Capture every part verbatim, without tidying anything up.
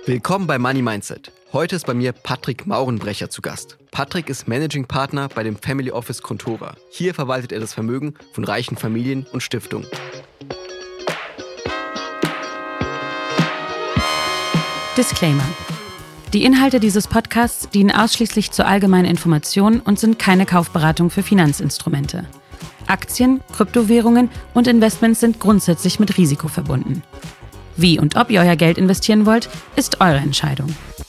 Willkommen bei Money Mindset. Heute ist bei mir Patrick Maurenbrecher zu Gast. Patrick ist Managing Partner bei dem Family Office Contora. Hier verwaltet er das Vermögen von reichen Familien und Stiftungen. Disclaimer. Die Inhalte dieses Podcasts dienen ausschließlich zur allgemeinen Information und sind keine Kaufberatung für Finanzinstrumente. Aktien, Kryptowährungen und Investments sind grundsätzlich mit Risiko verbunden. Wie und ob ihr euer Geld investieren wollt, ist eure Entscheidung.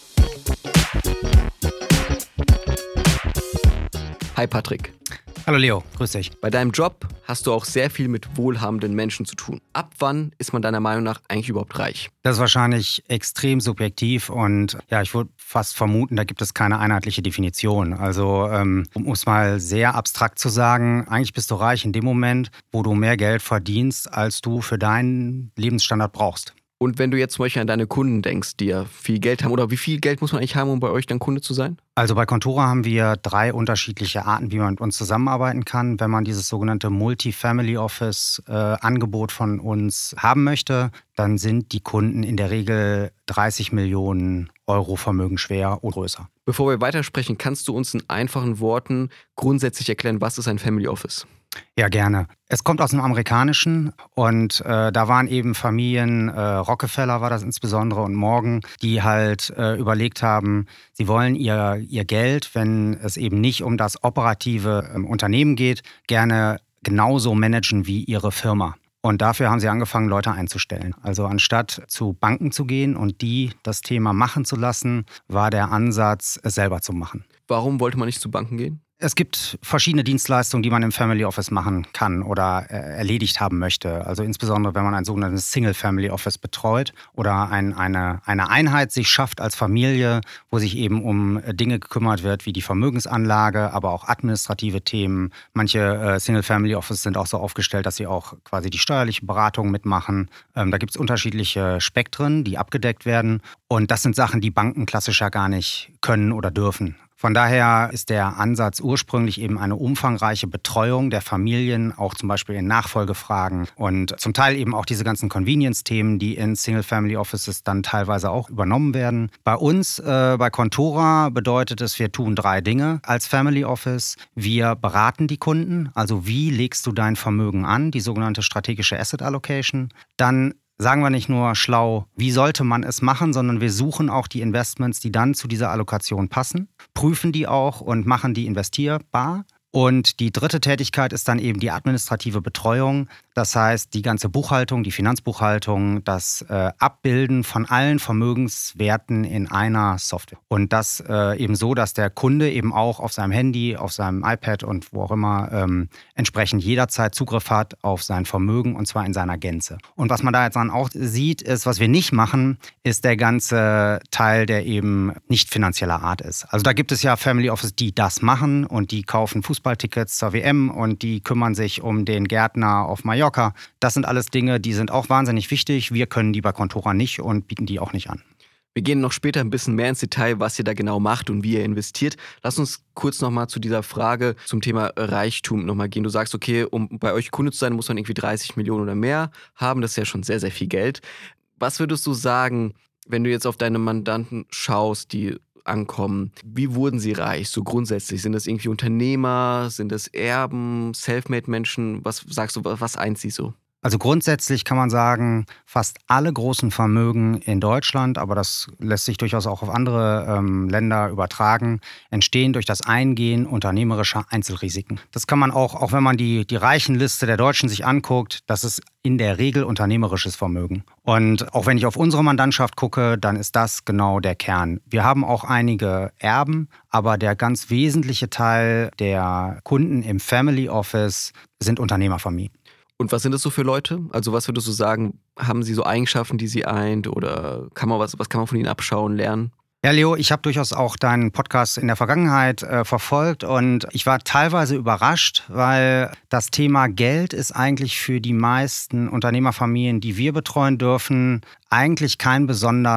Hi Patrick. Hallo Leo, grüß dich. Bei deinem Job hast du auch sehr viel mit wohlhabenden Menschen zu tun. Ab wann ist man deiner Meinung nach eigentlich überhaupt reich? Das ist wahrscheinlich extrem subjektiv und ja, ich würde fast vermuten, da gibt es keine einheitliche Definition. Also ähm, um es mal sehr abstrakt zu sagen, eigentlich bist du reich in dem Moment, wo du mehr Geld verdienst, als du für deinen Lebensstandard brauchst. Und wenn du jetzt zum Beispiel an deine Kunden denkst, die ja viel Geld haben, oder wie viel Geld muss man eigentlich haben, um bei euch dann Kunde zu sein? Also bei Contora haben wir drei unterschiedliche Arten, wie man mit uns zusammenarbeiten kann. Wenn man dieses sogenannte Multi-Family Office-Angebot von uns haben möchte, dann sind die Kunden in der Regel dreißig Millionen Euro Vermögen schwer oder größer. Bevor wir weitersprechen, kannst du uns in einfachen Worten grundsätzlich erklären, was ist ein Family Office? Ja, gerne. Es kommt aus dem Amerikanischen und äh, da waren eben Familien, äh, Rockefeller war das insbesondere und Morgan, die halt äh, überlegt haben, sie wollen ihr, ihr Geld, wenn es eben nicht um das operative äh, Unternehmen geht, gerne genauso managen wie ihre Firma. Und dafür haben sie angefangen, Leute einzustellen. Also anstatt zu Banken zu gehen und die das Thema machen zu lassen, war der Ansatz, es selber zu machen. Warum wollte man nicht zu Banken gehen? Es gibt verschiedene Dienstleistungen, die man im Family Office machen kann oder äh, erledigt haben möchte. Also insbesondere, wenn man ein sogenanntes Single Family Office betreut oder ein, eine, eine Einheit sich schafft als Familie, wo sich eben um Dinge gekümmert wird, wie die Vermögensanlage, aber auch administrative Themen. Manche äh, Single Family Offices sind auch so aufgestellt, dass sie auch quasi die steuerliche Beratung mitmachen. Ähm, da gibt es unterschiedliche Spektren, die abgedeckt werden. Und das sind Sachen, die Banken klassischer gar nicht können oder dürfen. Von daher ist der Ansatz ursprünglich eben eine umfangreiche Betreuung der Familien, auch zum Beispiel in Nachfolgefragen und zum Teil eben auch diese ganzen Convenience-Themen, die in Single-Family-Offices dann teilweise auch übernommen werden. Bei uns, äh, bei Contora, bedeutet es, wir tun drei Dinge als Family Office. Wir beraten die Kunden, also wie legst du dein Vermögen an, die sogenannte strategische Asset Allocation. Dann sagen wir nicht nur schlau, wie sollte man es machen, sondern wir suchen auch die Investments, die dann zu dieser Allokation passen, prüfen die auch und machen die investierbar. Und die dritte Tätigkeit ist dann eben die administrative Betreuung. Das heißt, die ganze Buchhaltung, die Finanzbuchhaltung, das äh, Abbilden von allen Vermögenswerten in einer Software. Und das äh, eben so, dass der Kunde eben auch auf seinem Handy, auf seinem iPad und wo auch immer ähm, entsprechend jederzeit Zugriff hat auf sein Vermögen und zwar in seiner Gänze. Und was man da jetzt dann auch sieht, ist, was wir nicht machen, ist der ganze Teil, der eben nicht finanzieller Art ist. Also da gibt es ja Family Office, die das machen und die kaufen Fußballtickets zur W M und die kümmern sich um den Gärtner auf Mallorca. Das sind alles Dinge, die sind auch wahnsinnig wichtig. Wir können die bei Contora nicht und bieten die auch nicht an. Wir gehen noch später ein bisschen mehr ins Detail, was ihr da genau macht und wie ihr investiert. Lass uns kurz nochmal zu dieser Frage zum Thema Reichtum nochmal gehen. Du sagst, okay, um bei euch Kunde zu sein, muss man irgendwie dreißig Millionen oder mehr haben. Das ist ja schon sehr, sehr viel Geld. Was würdest du sagen, wenn du jetzt auf deine Mandanten schaust, die ankommen? Wie wurden sie reich, so grundsätzlich? Sind das irgendwie Unternehmer? Sind das Erben? Selfmade-Menschen? Was sagst du, was eint sie so? Also grundsätzlich kann man sagen, fast alle großen Vermögen in Deutschland, aber das lässt sich durchaus auch auf andere ähm, Länder übertragen, entstehen durch das Eingehen unternehmerischer Einzelrisiken. Das kann man auch, auch wenn man die, die Reichenliste der Deutschen sich anguckt, das ist in der Regel unternehmerisches Vermögen. Und auch wenn ich auf unsere Mandantschaft gucke, dann ist das genau der Kern. Wir haben auch einige Erben, aber der ganz wesentliche Teil der Kunden im Family Office sind Unternehmerfamilien. Und was sind das so für Leute? Also was würdest du sagen, haben sie so Eigenschaften, die sie eint oder kann man was, was kann man von ihnen abschauen, lernen? Ja, Leo, ich habe durchaus auch deinen Podcast in der Vergangenheit äh, verfolgt und ich war teilweise überrascht, weil das Thema Geld ist eigentlich für die meisten Unternehmerfamilien, die wir betreuen dürfen, eigentlich kein besonders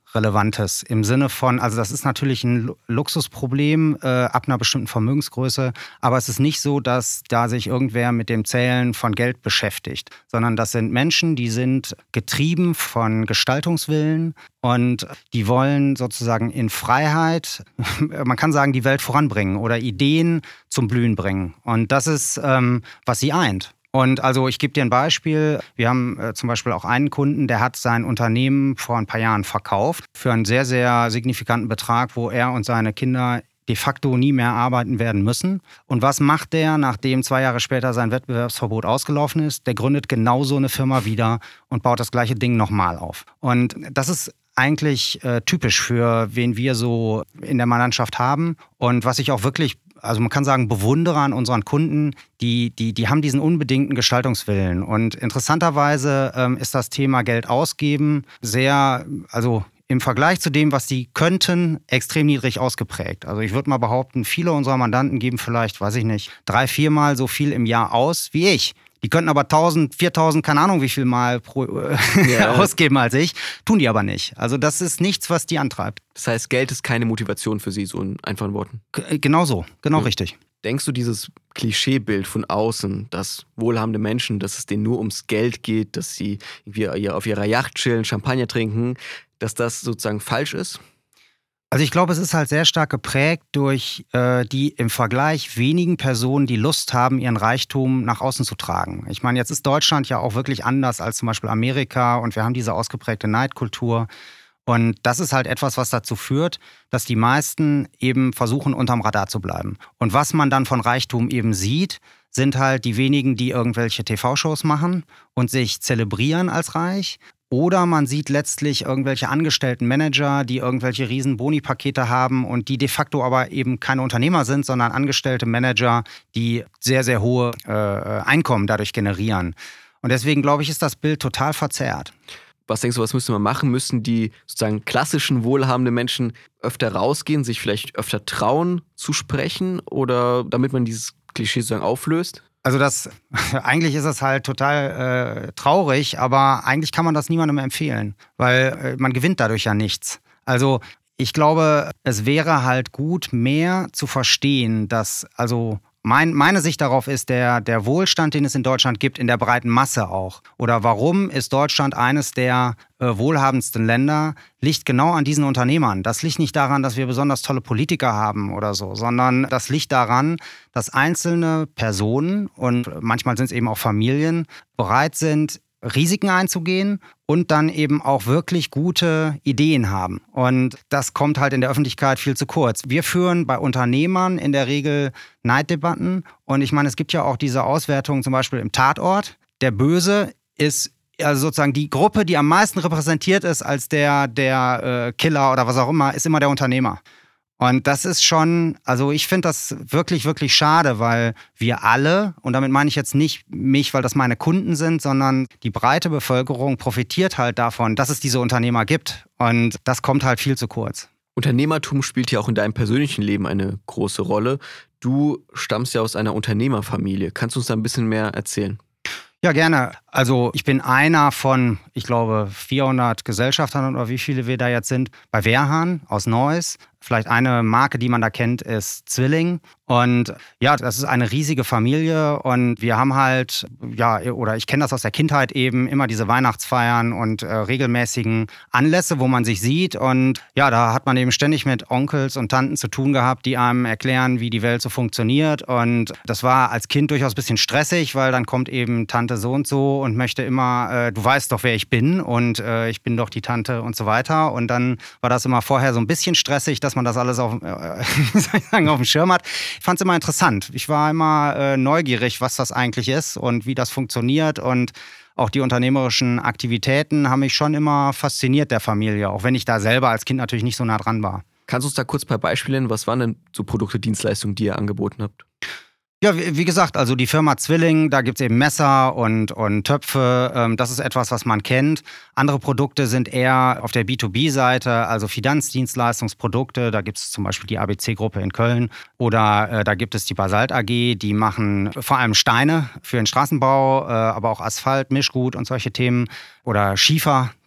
Relevantes im Sinne von, also das ist natürlich ein Luxusproblem äh, ab einer bestimmten Vermögensgröße, aber es ist nicht so, dass da sich irgendwer mit dem Zählen von Geld beschäftigt, sondern das sind Menschen, die sind getrieben von Gestaltungswillen und die wollen sozusagen in Freiheit, man kann sagen, die Welt voranbringen oder Ideen zum Blühen bringen. Und das ist, ähm, was sie eint. Und also ich gebe dir ein Beispiel. Wir haben äh, zum Beispiel auch einen Kunden, der hat sein Unternehmen vor ein paar Jahren verkauft für einen sehr, sehr signifikanten Betrag, wo er und seine Kinder de facto nie mehr arbeiten werden müssen. Und was macht der, nachdem zwei Jahre später sein Wettbewerbsverbot ausgelaufen ist? Der gründet genau so eine Firma wieder und baut das gleiche Ding nochmal auf. Und das ist eigentlich äh, typisch für wen wir so in der Mandantschaft haben. Und was ich auch wirklich, also man kann sagen, bewundere an unseren Kunden, die, die, die haben diesen unbedingten Gestaltungswillen. Und interessanterweise ähm, ist das Thema Geld ausgeben sehr, also im Vergleich zu dem, was sie könnten, extrem niedrig ausgeprägt. Also ich würde mal behaupten, viele unserer Mandanten geben vielleicht, weiß ich nicht, drei, viermal so viel im Jahr aus wie ich. Die könnten aber tausend, viertausend, keine Ahnung wie viel Mal pro, äh, ja. ausgeben als ich, tun die aber nicht. Also das ist nichts, was die antreibt. Das heißt, Geld ist keine Motivation für Sie, so in einfachen Worten? G- genau so, genau ja. richtig. Denkst du, dieses Klischeebild von außen, dass wohlhabende Menschen, dass es denen nur ums Geld geht, dass sie irgendwie auf ihrer Yacht chillen, Champagner trinken, dass das sozusagen falsch ist? Also ich glaube, es ist halt sehr stark geprägt durch äh, die im Vergleich wenigen Personen, die Lust haben, ihren Reichtum nach außen zu tragen. Ich meine, jetzt ist Deutschland ja auch wirklich anders als zum Beispiel Amerika und wir haben diese ausgeprägte Neidkultur. Und das ist halt etwas, was dazu führt, dass die meisten eben versuchen, unterm Radar zu bleiben. Und was man dann von Reichtum eben sieht, sind halt die wenigen, die irgendwelche T V-Shows machen und sich zelebrieren als reich. Oder man sieht letztlich irgendwelche angestellten Manager, die irgendwelche riesen Boni-Pakete haben und die de facto aber eben keine Unternehmer sind, sondern angestellte Manager, die sehr, sehr hohe äh, Einkommen dadurch generieren. Und deswegen, glaube ich, ist das Bild total verzerrt. Was denkst du, was müsste man machen? Müssen die sozusagen klassischen wohlhabenden Menschen öfter rausgehen, sich vielleicht öfter trauen zu sprechen oder damit man dieses Klischee sozusagen auflöst? Also das, eigentlich ist es halt total äh, traurig, aber eigentlich kann man das niemandem empfehlen, weil äh, man gewinnt dadurch ja nichts. Also ich glaube, es wäre halt gut, mehr zu verstehen, dass, also mein, meine Sicht darauf ist, der, der Wohlstand, den es in Deutschland gibt, in der breiten Masse auch. Oder warum ist Deutschland eines der äh, wohlhabendsten Länder, liegt genau an diesen Unternehmern. Das liegt nicht daran, dass wir besonders tolle Politiker haben oder so, sondern das liegt daran, dass einzelne Personen und manchmal sind es eben auch Familien bereit sind, Risiken einzugehen und dann eben auch wirklich gute Ideen haben. Und das kommt halt in der Öffentlichkeit viel zu kurz. Wir führen bei Unternehmern in der Regel Neiddebatten. Und ich meine, es gibt ja auch diese Auswertungen zum Beispiel im Tatort. Der Böse ist also sozusagen die Gruppe, die am meisten repräsentiert ist als der, der äh, Killer oder was auch immer, ist immer der Unternehmer. Und das ist schon, also ich finde das wirklich, wirklich schade, weil wir alle, und damit meine ich jetzt nicht mich, weil das meine Kunden sind, sondern die breite Bevölkerung profitiert halt davon, dass es diese Unternehmer gibt. Und das kommt halt viel zu kurz. Unternehmertum spielt ja auch in deinem persönlichen Leben eine große Rolle. Du stammst ja aus einer Unternehmerfamilie. Kannst du uns da ein bisschen mehr erzählen? Ja, gerne. Also ich bin einer von, ich glaube, vierhundert Gesellschaftern oder wie viele wir da jetzt sind, bei Wehrhahn aus Neuss. Vielleicht eine Marke, die man da kennt, ist Zwilling. Und ja, das ist eine riesige Familie und wir haben halt, ja, oder ich kenne das aus der Kindheit eben, immer diese Weihnachtsfeiern und äh, regelmäßigen Anlässe, wo man sich sieht. Und ja, da hat man eben ständig mit Onkels und Tanten zu tun gehabt, die einem erklären, wie die Welt so funktioniert. Und das war als Kind durchaus ein bisschen stressig, weil dann kommt eben Tante so und so und möchte immer, äh, du weißt doch, wer ich bin und äh, ich bin doch die Tante und so weiter. Und dann war das immer vorher so ein bisschen stressig, dass man das alles auf, äh, soll ich sagen, auf dem Schirm hat. Ich fand es immer interessant. Ich war immer äh, neugierig, was das eigentlich ist und wie das funktioniert. Und auch die unternehmerischen Aktivitäten haben mich schon immer fasziniert, der Familie, auch wenn ich da selber als Kind natürlich nicht so nah dran war. Kannst du uns da kurz ein paar Beispiele nennen? Was waren denn so Produkte, Dienstleistungen, die ihr angeboten habt? Ja, wie, wie gesagt, also die Firma Zwilling, da gibt es eben Messer und, und Töpfe. Ähm, das ist etwas, was man kennt. Andere Produkte sind eher auf der B zwei B-Seite, also Finanzdienstleistungsprodukte. Da gibt es zum Beispiel die A B C-Gruppe in Köln. Oder äh, da gibt es die Basalt A G, die machen vor allem Steine für den Straßenbau, äh, aber auch Asphalt, Mischgut und solche Themen. Oder Schiefer.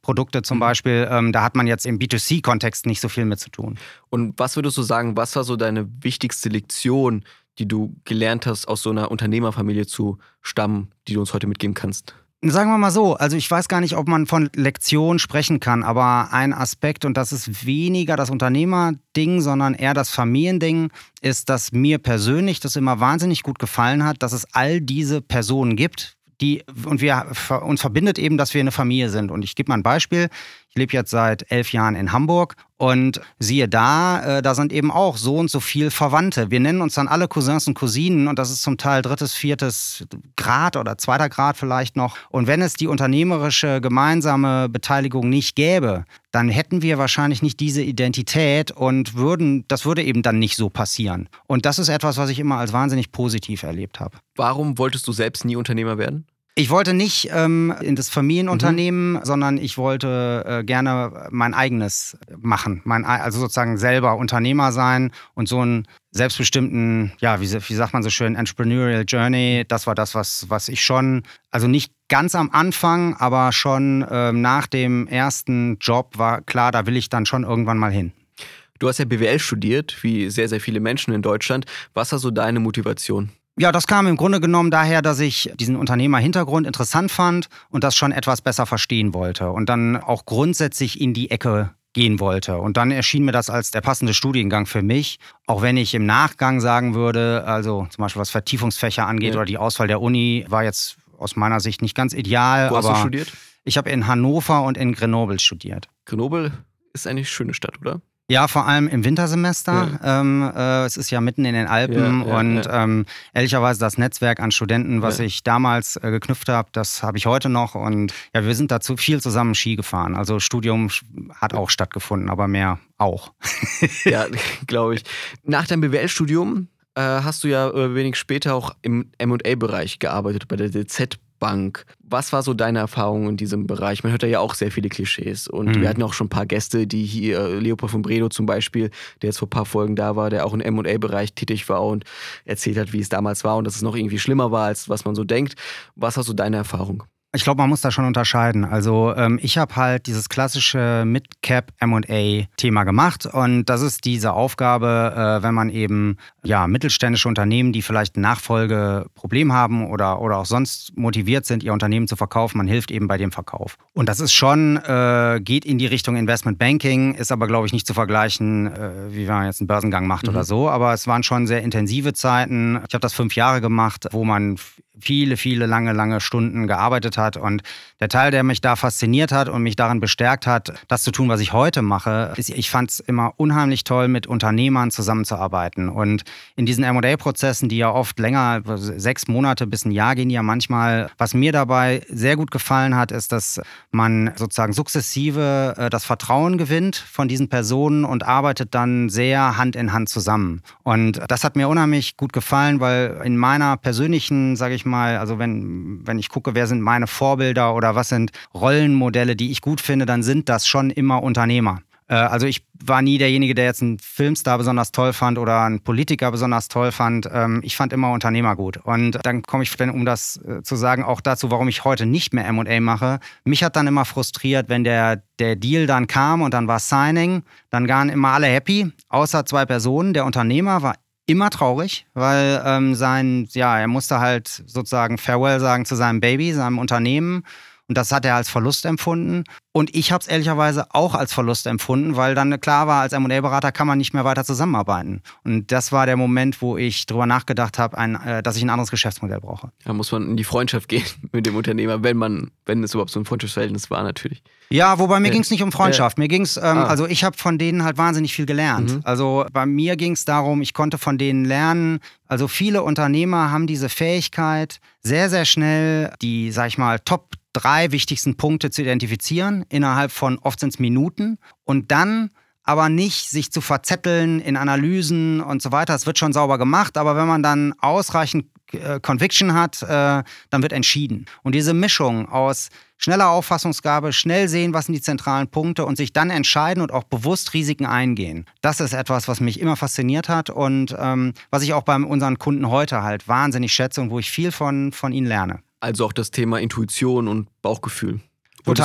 Produkte zum mhm. Beispiel. Ähm, da hat man jetzt im B zwei C-Kontext nicht so viel mit zu tun. Und was würdest du sagen, was war so deine wichtigste Lektion, die du gelernt hast, aus so einer Unternehmerfamilie zu stammen, die du uns heute mitgeben kannst? Sagen wir mal so, also ich weiß gar nicht, ob man von Lektion sprechen kann, aber ein Aspekt, und das ist weniger das Unternehmerding, sondern eher das Familiending, ist, dass mir persönlich das immer wahnsinnig gut gefallen hat, dass es all diese Personen gibt, die, und wir uns verbindet eben, dass wir eine Familie sind. Und ich gebe mal ein Beispiel. Ich lebe jetzt seit elf Jahren in Hamburg und siehe da, äh, da sind eben auch so und so viel Verwandte. Wir nennen uns dann alle Cousins und Cousinen und das ist zum Teil drittes, viertes Grad oder zweiter Grad vielleicht noch. Und wenn es die unternehmerische gemeinsame Beteiligung nicht gäbe, dann hätten wir wahrscheinlich nicht diese Identität und würden, das würde eben dann nicht so passieren. Und das ist etwas, was ich immer als wahnsinnig positiv erlebt habe. Warum wolltest du selbst nie Unternehmer werden? Ich wollte nicht ähm, in das Familienunternehmen, mhm. sondern ich wollte äh, gerne mein eigenes machen. Mein, also sozusagen selber Unternehmer sein und so einen selbstbestimmten, ja, wie, wie sagt man so schön, Entrepreneurial Journey. Das war das, was, was ich schon, also nicht ganz am Anfang, aber schon ähm, nach dem ersten Job war klar, da will ich dann schon irgendwann mal hin. Du hast ja B W L studiert, wie sehr, sehr viele Menschen in Deutschland. Was war so deine Motivation? Ja, das kam im Grunde genommen daher, dass ich diesen Unternehmerhintergrund interessant fand und das schon etwas besser verstehen wollte und dann auch grundsätzlich in die Ecke gehen wollte. Und dann erschien mir das als der passende Studiengang für mich, auch wenn ich im Nachgang sagen würde, also zum Beispiel was Vertiefungsfächer angeht, ja, oder die Auswahl der Uni war jetzt aus meiner Sicht nicht ganz ideal. Wo aber hast du studiert? Ich habe in Hannover und in Grenoble studiert. Grenoble ist eine schöne Stadt, oder? Ja, vor allem im Wintersemester. Ja. Ähm, äh, es ist ja mitten in den Alpen ja, ja, und ja. Ähm, ehrlicherweise das Netzwerk an Studenten, was ja. ich damals äh, geknüpft habe, das habe ich heute noch. Und ja, wir sind dazu viel zusammen Ski gefahren. Also Studium hat auch stattgefunden, aber mehr auch. Ja, glaube ich. Nach deinem B W L-Studium äh, hast du ja äh, wenig später auch im M und A-Bereich gearbeitet, bei der D Z Bank. Was war so deine Erfahrung in diesem Bereich? Man hört da ja auch sehr viele Klischees und mhm. wir hatten auch schon ein paar Gäste, die hier, Leopold von Bredow zum Beispiel, der jetzt vor ein paar Folgen da war, der auch im M und A-Bereich tätig war und erzählt hat, wie es damals war und dass es noch irgendwie schlimmer war, als was man so denkt. Was war so deine Erfahrung? Ich glaube, man muss da schon unterscheiden. Also ähm, ich habe halt dieses klassische Mid-Cap M und A-Thema gemacht und das ist diese Aufgabe, äh, wenn man eben ja mittelständische Unternehmen, die vielleicht ein Nachfolgeproblem haben oder, oder auch sonst motiviert sind, ihr Unternehmen zu verkaufen, man hilft eben bei dem Verkauf. Und das ist schon, äh, geht in die Richtung Investment Banking, ist aber, glaube ich, nicht zu vergleichen, äh, wie wenn man jetzt einen Börsengang macht mhm. oder so. Aber es waren schon sehr intensive Zeiten. Ich habe das fünf Jahre gemacht, wo man viele, viele lange, lange Stunden gearbeitet hat. Und der Teil, der mich da fasziniert hat und mich darin bestärkt hat, das zu tun, was ich heute mache, ist, ich fand es immer unheimlich toll, mit Unternehmern zusammenzuarbeiten. Und in diesen M und A-Prozessen, die ja oft länger, sechs Monate bis ein Jahr gehen ja manchmal, was mir dabei sehr gut gefallen hat, ist, dass man sozusagen sukzessive äh, das Vertrauen gewinnt von diesen Personen und arbeitet dann sehr Hand in Hand zusammen. Und das hat mir unheimlich gut gefallen, weil in meiner persönlichen, sage ich mal, also wenn, wenn ich gucke, wer sind meine Vorbilder oder was sind Rollenmodelle, die ich gut finde, dann sind das schon immer Unternehmer. Äh, also ich war nie derjenige, der jetzt einen Filmstar besonders toll fand oder einen Politiker besonders toll fand. Ähm, ich fand immer Unternehmer gut. Und dann komme ich dann, um das äh, zu sagen, auch dazu, warum ich heute nicht mehr M und A mache. Mich hat dann immer frustriert, wenn der, der Deal dann kam und dann war Signing, dann waren immer alle happy, außer zwei Personen. Der Unternehmer war immer traurig, weil ähm, sein, ja, er musste halt sozusagen Farewell sagen zu seinem Baby, seinem Unternehmen. Und das hat er als Verlust empfunden. Und ich habe es ehrlicherweise auch als Verlust empfunden, weil dann klar war, als M und A-Berater kann man nicht mehr weiter zusammenarbeiten. Und das war der Moment, wo ich drüber nachgedacht habe, ein, äh, dass ich ein anderes Geschäftsmodell brauche. Da muss man in die Freundschaft gehen mit dem Unternehmer, wenn man, wenn es überhaupt so ein Freundschaftsverhältnis war natürlich. Ja, wobei mir ja. ging es nicht um Freundschaft. Mir ging's, ähm, ah. also ich habe von denen halt wahnsinnig viel gelernt. Mhm. Also bei mir ging es darum, ich konnte von denen lernen. Also viele Unternehmer haben diese Fähigkeit, sehr, sehr schnell die, sag ich mal, Top drei wichtigsten Punkte zu identifizieren, innerhalb von oft sind es Minuten und dann aber nicht sich zu verzetteln in Analysen und so weiter. Es wird schon sauber gemacht, aber wenn man dann ausreichend äh, Conviction hat, äh, dann wird entschieden. Und diese Mischung aus schneller Auffassungsgabe, schnell sehen, was sind die zentralen Punkte und sich dann entscheiden und auch bewusst Risiken eingehen. Das ist etwas, was mich immer fasziniert hat und ähm, was ich auch bei unseren Kunden heute halt wahnsinnig schätze und wo ich viel von, von ihnen lerne. Also auch das Thema Intuition und Bauchgefühl. Total.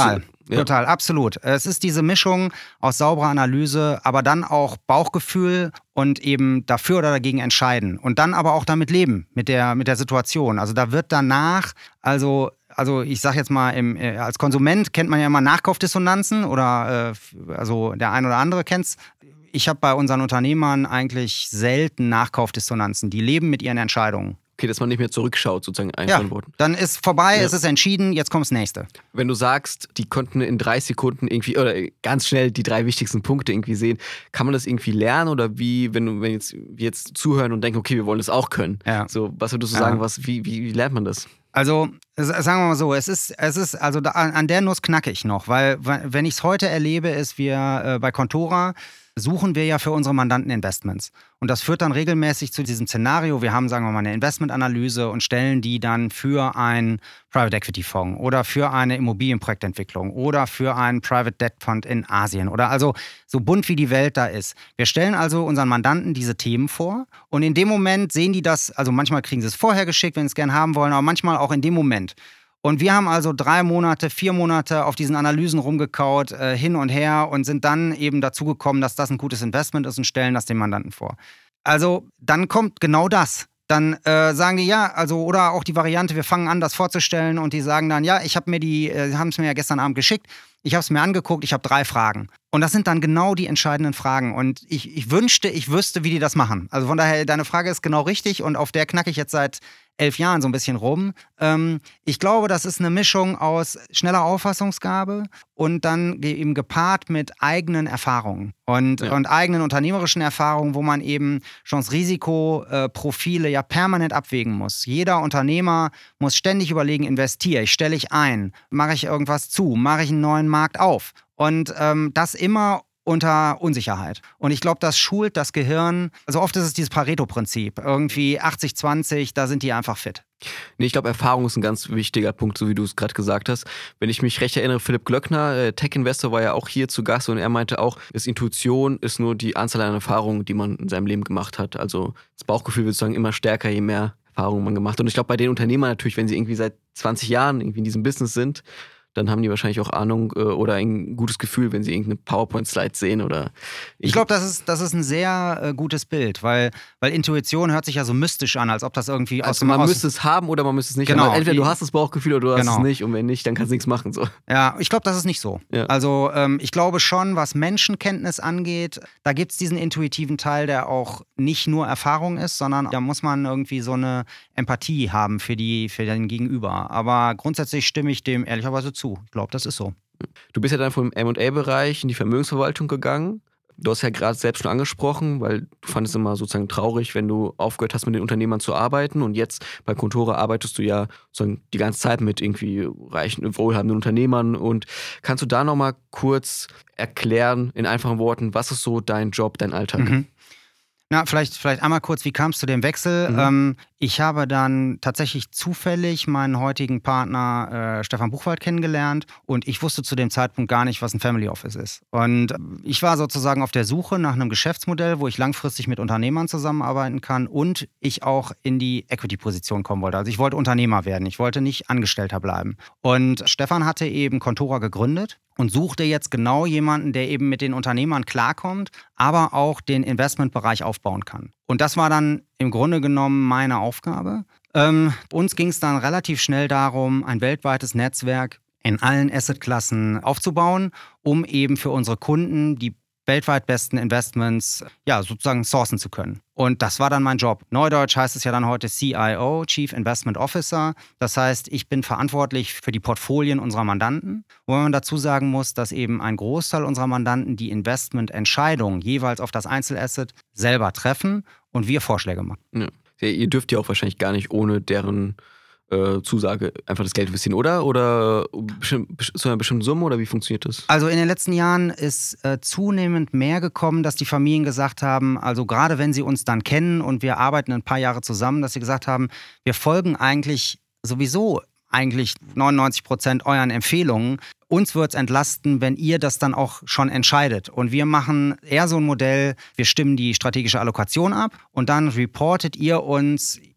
Ja. Total, absolut. Es ist diese Mischung aus sauberer Analyse, aber dann auch Bauchgefühl und eben dafür oder dagegen entscheiden. Und dann aber auch damit leben, mit der, mit der Situation. Also da wird danach, also Also ich sage jetzt mal, im, als Konsument kennt man ja immer Nachkaufdissonanzen oder äh, also der ein oder andere kennt es. Ich habe bei unseren Unternehmern eigentlich selten Nachkaufdissonanzen. Die leben mit ihren Entscheidungen. Okay, dass man nicht mehr zurückschaut, sozusagen ein Ja, von Worten. dann ist vorbei, Ja. es ist entschieden, jetzt kommt das Nächste. Wenn du sagst, die konnten in drei Sekunden irgendwie oder ganz schnell die drei wichtigsten Punkte irgendwie sehen, kann man das irgendwie lernen oder wie, wenn du wenn jetzt, wir jetzt zuhören und denken, okay, wir wollen das auch können. Ja. So, was würdest du Ja. sagen, was, wie, wie, wie lernt man das? Also, sagen wir mal so, es ist, es ist, also da, an der Nuss knacke ich noch, weil, wenn ich es heute erlebe, ist, wir äh, bei Contora suchen wir ja für unsere Mandanten Investments. Und das führt dann regelmäßig zu diesem Szenario. Wir haben, sagen wir mal, eine Investmentanalyse und stellen die dann für einen Private Equity Fonds oder für eine Immobilienprojektentwicklung oder für einen Private Debt Fund in Asien oder also so bunt wie die Welt da ist. Wir stellen also unseren Mandanten diese Themen vor und in dem Moment sehen die das, also manchmal kriegen sie es vorher geschickt, wenn sie es gerne haben wollen, aber manchmal auch in dem Moment. Und wir haben also drei Monate, vier Monate auf diesen Analysen rumgekaut, äh, hin und her und sind dann eben dazu gekommen, dass das ein gutes Investment ist und stellen das dem Mandanten vor. Also dann kommt genau das. Dann äh, sagen die ja, also oder auch die Variante, wir fangen an, das vorzustellen und die sagen dann, ja, ich habe mir die, äh, haben es mir ja gestern Abend geschickt, ich habe es mir angeguckt, ich habe drei Fragen. Und das sind dann genau die entscheidenden Fragen. Und ich, ich wünschte, ich wüsste, wie die das machen. Also von daher, deine Frage ist genau richtig und auf der knacke ich jetzt seit elf Jahren so ein bisschen rum. Ähm, ich glaube, das ist eine Mischung aus schneller Auffassungsgabe und dann eben gepaart mit eigenen Erfahrungen und, Ja. und eigenen unternehmerischen Erfahrungen, wo man eben Chance-Risiko-Profile ja permanent abwägen muss. Jeder Unternehmer muss ständig überlegen, investiere ich, stelle ich ein, mache ich irgendwas zu, mache ich einen neuen Markt auf. Und ähm, das immer unter Unsicherheit. Und ich glaube, das schult das Gehirn. Also oft ist es dieses Pareto-Prinzip. Irgendwie achtzig zwanzig, da sind die einfach fit. Nee, ich glaube, Erfahrung ist ein ganz wichtiger Punkt, so wie du es gerade gesagt hast. Wenn ich mich recht erinnere, Philipp Glöckner, äh, Tech-Investor, war ja auch hier zu Gast und er meinte auch, dass Intuition ist nur die Anzahl an Erfahrungen, die man in seinem Leben gemacht hat. Also das Bauchgefühl wird sozusagen immer stärker, je mehr Erfahrungen man gemacht hat. Und ich glaube, bei den Unternehmern natürlich, wenn sie irgendwie seit zwanzig Jahren irgendwie in diesem Business sind, dann haben die wahrscheinlich auch Ahnung äh, oder ein gutes Gefühl, wenn sie irgendeine PowerPoint-Slide sehen oder... Ich glaube, das ist, das ist ein sehr äh, gutes Bild, weil, weil Intuition hört sich ja so mystisch an, als ob das irgendwie aus Also dem... man aus müsste es haben oder man müsste es nicht Genau. haben. Entweder du hast das Bauchgefühl oder du hast Genau. es nicht und wenn nicht, dann kannst du nichts machen. So. Ja, ich glaube, das ist nicht so. Ja. Also ähm, ich glaube schon, was Menschenkenntnis angeht, da gibt es diesen intuitiven Teil, der auch nicht nur Erfahrung ist, sondern da muss man irgendwie so eine Empathie haben für, die, für den Gegenüber. Aber grundsätzlich stimme ich dem ehrlicherweise zu. Ich glaube, das ist so. Du bist ja dann vom M und A-Bereich in die Vermögensverwaltung gegangen. Du hast ja gerade selbst schon angesprochen, weil du fandest es immer sozusagen traurig, wenn du aufgehört hast, mit den Unternehmern zu arbeiten. Und jetzt bei Contora arbeitest du ja sozusagen die ganze Zeit mit irgendwie reichen, wohlhabenden Unternehmern. Und kannst du da nochmal kurz erklären, in einfachen Worten, was ist so dein Job, dein Alltag? Mhm. Na, vielleicht, vielleicht einmal kurz, wie kam es zu dem Wechsel? Mhm. Ähm, ich habe dann tatsächlich zufällig meinen heutigen Partner äh, Stefan Buchwald kennengelernt und ich wusste zu dem Zeitpunkt gar nicht, was ein Family Office ist. Und ich war sozusagen auf der Suche nach einem Geschäftsmodell, wo ich langfristig mit Unternehmern zusammenarbeiten kann und ich auch in die Equity-Position kommen wollte. Also ich wollte Unternehmer werden, ich wollte nicht Angestellter bleiben. Und Stefan hatte eben Contora gegründet und suchte jetzt genau jemanden, der eben mit den Unternehmern klarkommt, aber auch den Investmentbereich aufbauen kann. Und das war dann im Grunde genommen meine Aufgabe. Ähm, uns ging es dann relativ schnell darum, ein weltweites Netzwerk in allen Assetklassen aufzubauen, um eben für unsere Kunden die weltweit besten Investments ja, sozusagen sourcen zu können. Und das war dann mein Job. Neudeutsch heißt es ja dann heute C I O, Chief Investment Officer. Das heißt, ich bin verantwortlich für die Portfolien unserer Mandanten. Wo man dazu sagen muss, dass eben ein Großteil unserer Mandanten die Investmententscheidung jeweils auf das Einzelasset selber treffen und wir Vorschläge machen. Ja. Ja, ihr dürft ja auch wahrscheinlich gar nicht ohne deren äh, Zusage einfach das Geld investieren, oder? Oder zu einer bestimmten Summe oder wie funktioniert das? Also in den letzten Jahren ist äh, zunehmend mehr gekommen, dass die Familien gesagt haben, also gerade wenn sie uns dann kennen und wir arbeiten ein paar Jahre zusammen, dass sie gesagt haben, wir folgen eigentlich sowieso eigentlich neunundneunzig Prozent euren Empfehlungen. Uns wird es entlasten, wenn ihr das dann auch schon entscheidet. Und wir machen eher so ein Modell, wir stimmen die strategische Allokation ab und dann reportet ihr uns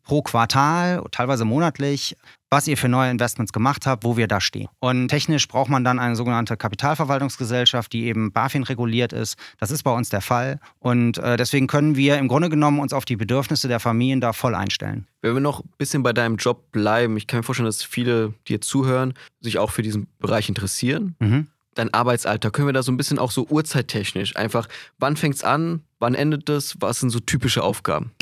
pro Quartal, teilweise monatlich, was ihr für neue Investments gemacht habt, wo wir da stehen. Und technisch braucht man dann eine sogenannte Kapitalverwaltungsgesellschaft, die eben BaFin reguliert ist. Das ist bei uns der Fall. Und äh, deswegen können wir im Grunde genommen uns auf die Bedürfnisse der Familien da voll einstellen. Wenn wir noch ein bisschen bei deinem Job bleiben, ich kann mir vorstellen, dass viele, die jetzt zuhören, sich auch für diesen Bereich interessieren. Mhm. Dein Arbeitsalltag, können wir da so ein bisschen auch so uhrzeittechnisch einfach, wann fängt's an, wann endet es, was sind so typische Aufgaben?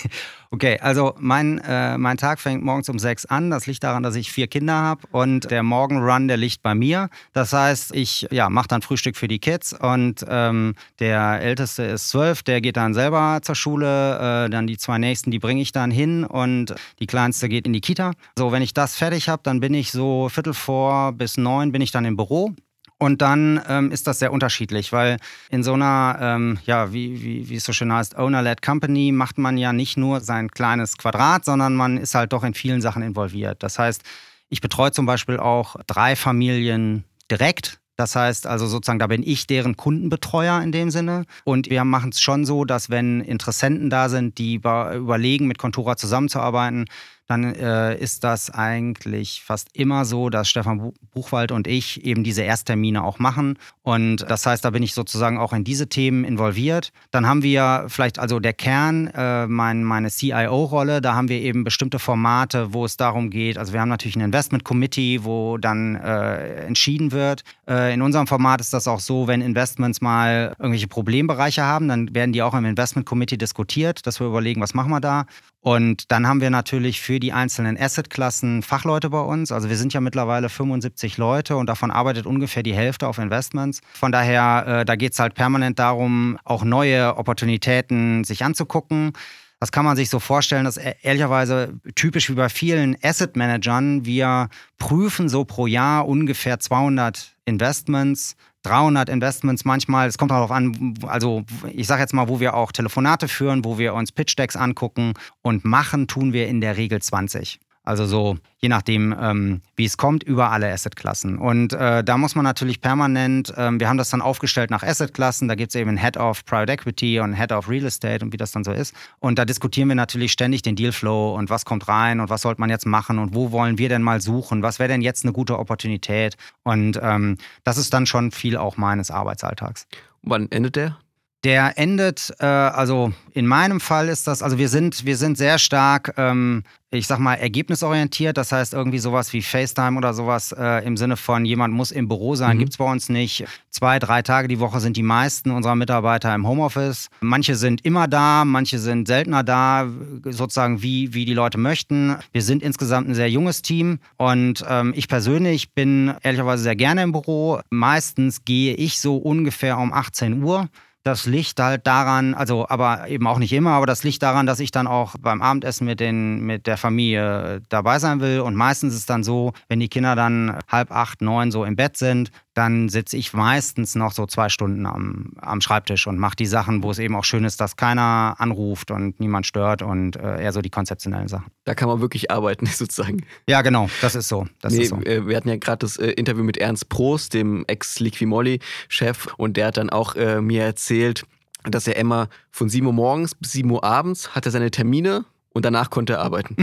Okay, also mein, äh, mein Tag fängt morgens um sechs an. Das liegt daran, dass ich vier Kinder habe und der Morgenrun, der liegt bei mir. Das heißt, ich ja, mache dann Frühstück für die Kids und ähm, der Älteste ist zwölf, der geht dann selber zur Schule. Äh, dann die zwei Nächsten, die bringe ich dann hin und die Kleinste geht in die Kita. So, wenn ich das fertig habe, dann bin ich so Viertel vor bis neun bin ich dann im Büro. Und dann ähm, ist das sehr unterschiedlich, weil in so einer, ähm, ja, wie, wie, wie es so schön heißt, Owner-led Company macht man ja nicht nur sein kleines Quadrat, sondern man ist halt doch in vielen Sachen involviert. Das heißt, ich betreue zum Beispiel auch drei Familien direkt. Das heißt also sozusagen, da bin ich deren Kundenbetreuer in dem Sinne. Und wir machen es schon so, dass wenn Interessenten da sind, die überlegen, mit Contura zusammenzuarbeiten, dann äh, ist das eigentlich fast immer so, dass Stefan Buchwald und ich eben diese Ersttermine auch machen. Und das heißt, da bin ich sozusagen auch in diese Themen involviert. Dann haben wir vielleicht also der Kern, äh, mein, meine C I O-Rolle, da haben wir eben bestimmte Formate, wo es darum geht. Also wir haben natürlich ein Investment Committee, wo dann äh, entschieden wird. Äh, in unserem Format ist das auch so, wenn Investments mal irgendwelche Problembereiche haben, dann werden die auch im Investment Committee diskutiert, dass wir überlegen, was machen wir da. Und dann haben wir natürlich für die einzelnen Assetklassen Fachleute bei uns. Also wir sind ja mittlerweile fünfundsiebzig Leute und davon arbeitet ungefähr die Hälfte auf Investments. Von daher, äh, da geht es halt permanent darum, auch neue Opportunitäten sich anzugucken. Das kann man sich so vorstellen, dass ehrlicherweise typisch wie bei vielen Asset-Managern, wir prüfen so pro Jahr ungefähr zweihundert Investments, dreihundert Investments manchmal. Es kommt darauf an, also ich sage jetzt mal, wo wir auch Telefonate führen, wo wir uns Pitch-Decks angucken und machen, tun wir in der Regel zwanzig. Also so, je nachdem, ähm, wie es kommt, über alle Assetklassen. Und äh, da muss man natürlich permanent, ähm, wir haben das dann aufgestellt nach Assetklassen, da gibt es eben einen Head of Private Equity und einen Head of Real Estate und wie das dann so ist. Und da diskutieren wir natürlich ständig den Dealflow und was kommt rein und was sollte man jetzt machen und wo wollen wir denn mal suchen, was wäre denn jetzt eine gute Opportunität. Und ähm, das ist dann schon viel auch meines Arbeitsalltags. Wann endet der? Der endet, äh, also in meinem Fall ist das, also wir sind, wir sind sehr stark, ähm, ich sag mal, ergebnisorientiert. Das heißt irgendwie sowas wie FaceTime oder sowas äh, im Sinne von jemand muss im Büro sein, mhm. Gibt's bei uns nicht. Zwei, drei Tage die Woche sind die meisten unserer Mitarbeiter im Homeoffice. Manche sind immer da, manche sind seltener da, sozusagen wie, wie die Leute möchten. Wir sind insgesamt ein sehr junges Team und ähm, ich persönlich bin ehrlicherweise sehr gerne im Büro. Meistens gehe ich so ungefähr um achtzehn Uhr. Das liegt halt daran, also aber eben auch nicht immer, aber das liegt daran, dass ich dann auch beim Abendessen mit, den, mit der Familie dabei sein will. Und meistens ist es dann so, wenn die Kinder dann halb acht, neun so im Bett sind, dann sitze ich meistens noch so zwei Stunden am, am Schreibtisch und mache die Sachen, wo es eben auch schön ist, dass keiner anruft und niemand stört und äh, eher so die konzeptionellen Sachen. Da kann man wirklich arbeiten, sozusagen. Ja, genau, das ist so. Das nee, ist so. Wir hatten ja gerade das äh, Interview mit Ernst Prost, dem Ex-Liquimolli-Chef, und der hat dann auch äh, mir erzählt, dass er immer von sieben Uhr morgens bis sieben Uhr abends hat er seine Termine und danach konnte er arbeiten.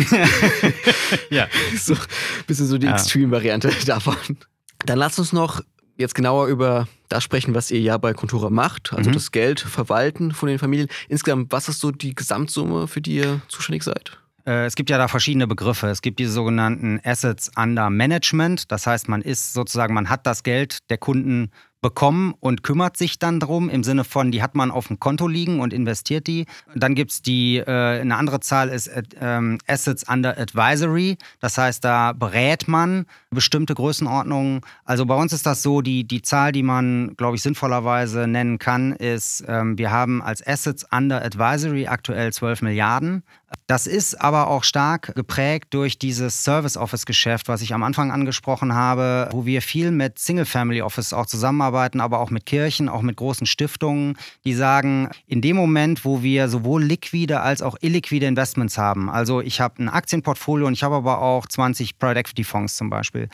Ja. So ein bisschen so die ja. Extreme-Variante davon. Dann lass uns noch jetzt genauer über das sprechen, was ihr ja bei Contura macht, also mhm. das Geld verwalten von den Familien. Insgesamt, was ist so die Gesamtsumme, für die ihr zuständig seid? Es gibt ja da verschiedene Begriffe. Es gibt diese sogenannten Assets under Management. Das heißt, man ist sozusagen, man hat das Geld der Kunden bekommen und kümmert sich dann drum, im Sinne von, die hat man auf dem Konto liegen und investiert die. Dann gibt es die, äh, eine andere Zahl ist äh, Assets under Advisory. Das heißt, da berät man bestimmte Größenordnungen. Also bei uns ist das so, die, die Zahl, die man, glaube ich, sinnvollerweise nennen kann, ist, ähm, wir haben als Assets under Advisory aktuell zwölf Milliarden. Das ist aber auch stark geprägt durch dieses Service-Office-Geschäft, was ich am Anfang angesprochen habe, wo wir viel mit Single-Family-Office auch zusammenarbeiten, aber auch mit Kirchen, auch mit großen Stiftungen, die sagen, in dem Moment, wo wir sowohl liquide als auch illiquide Investments haben, also ich habe ein Aktienportfolio und ich habe aber auch zwanzig Private Equity Fonds zum Beispiel,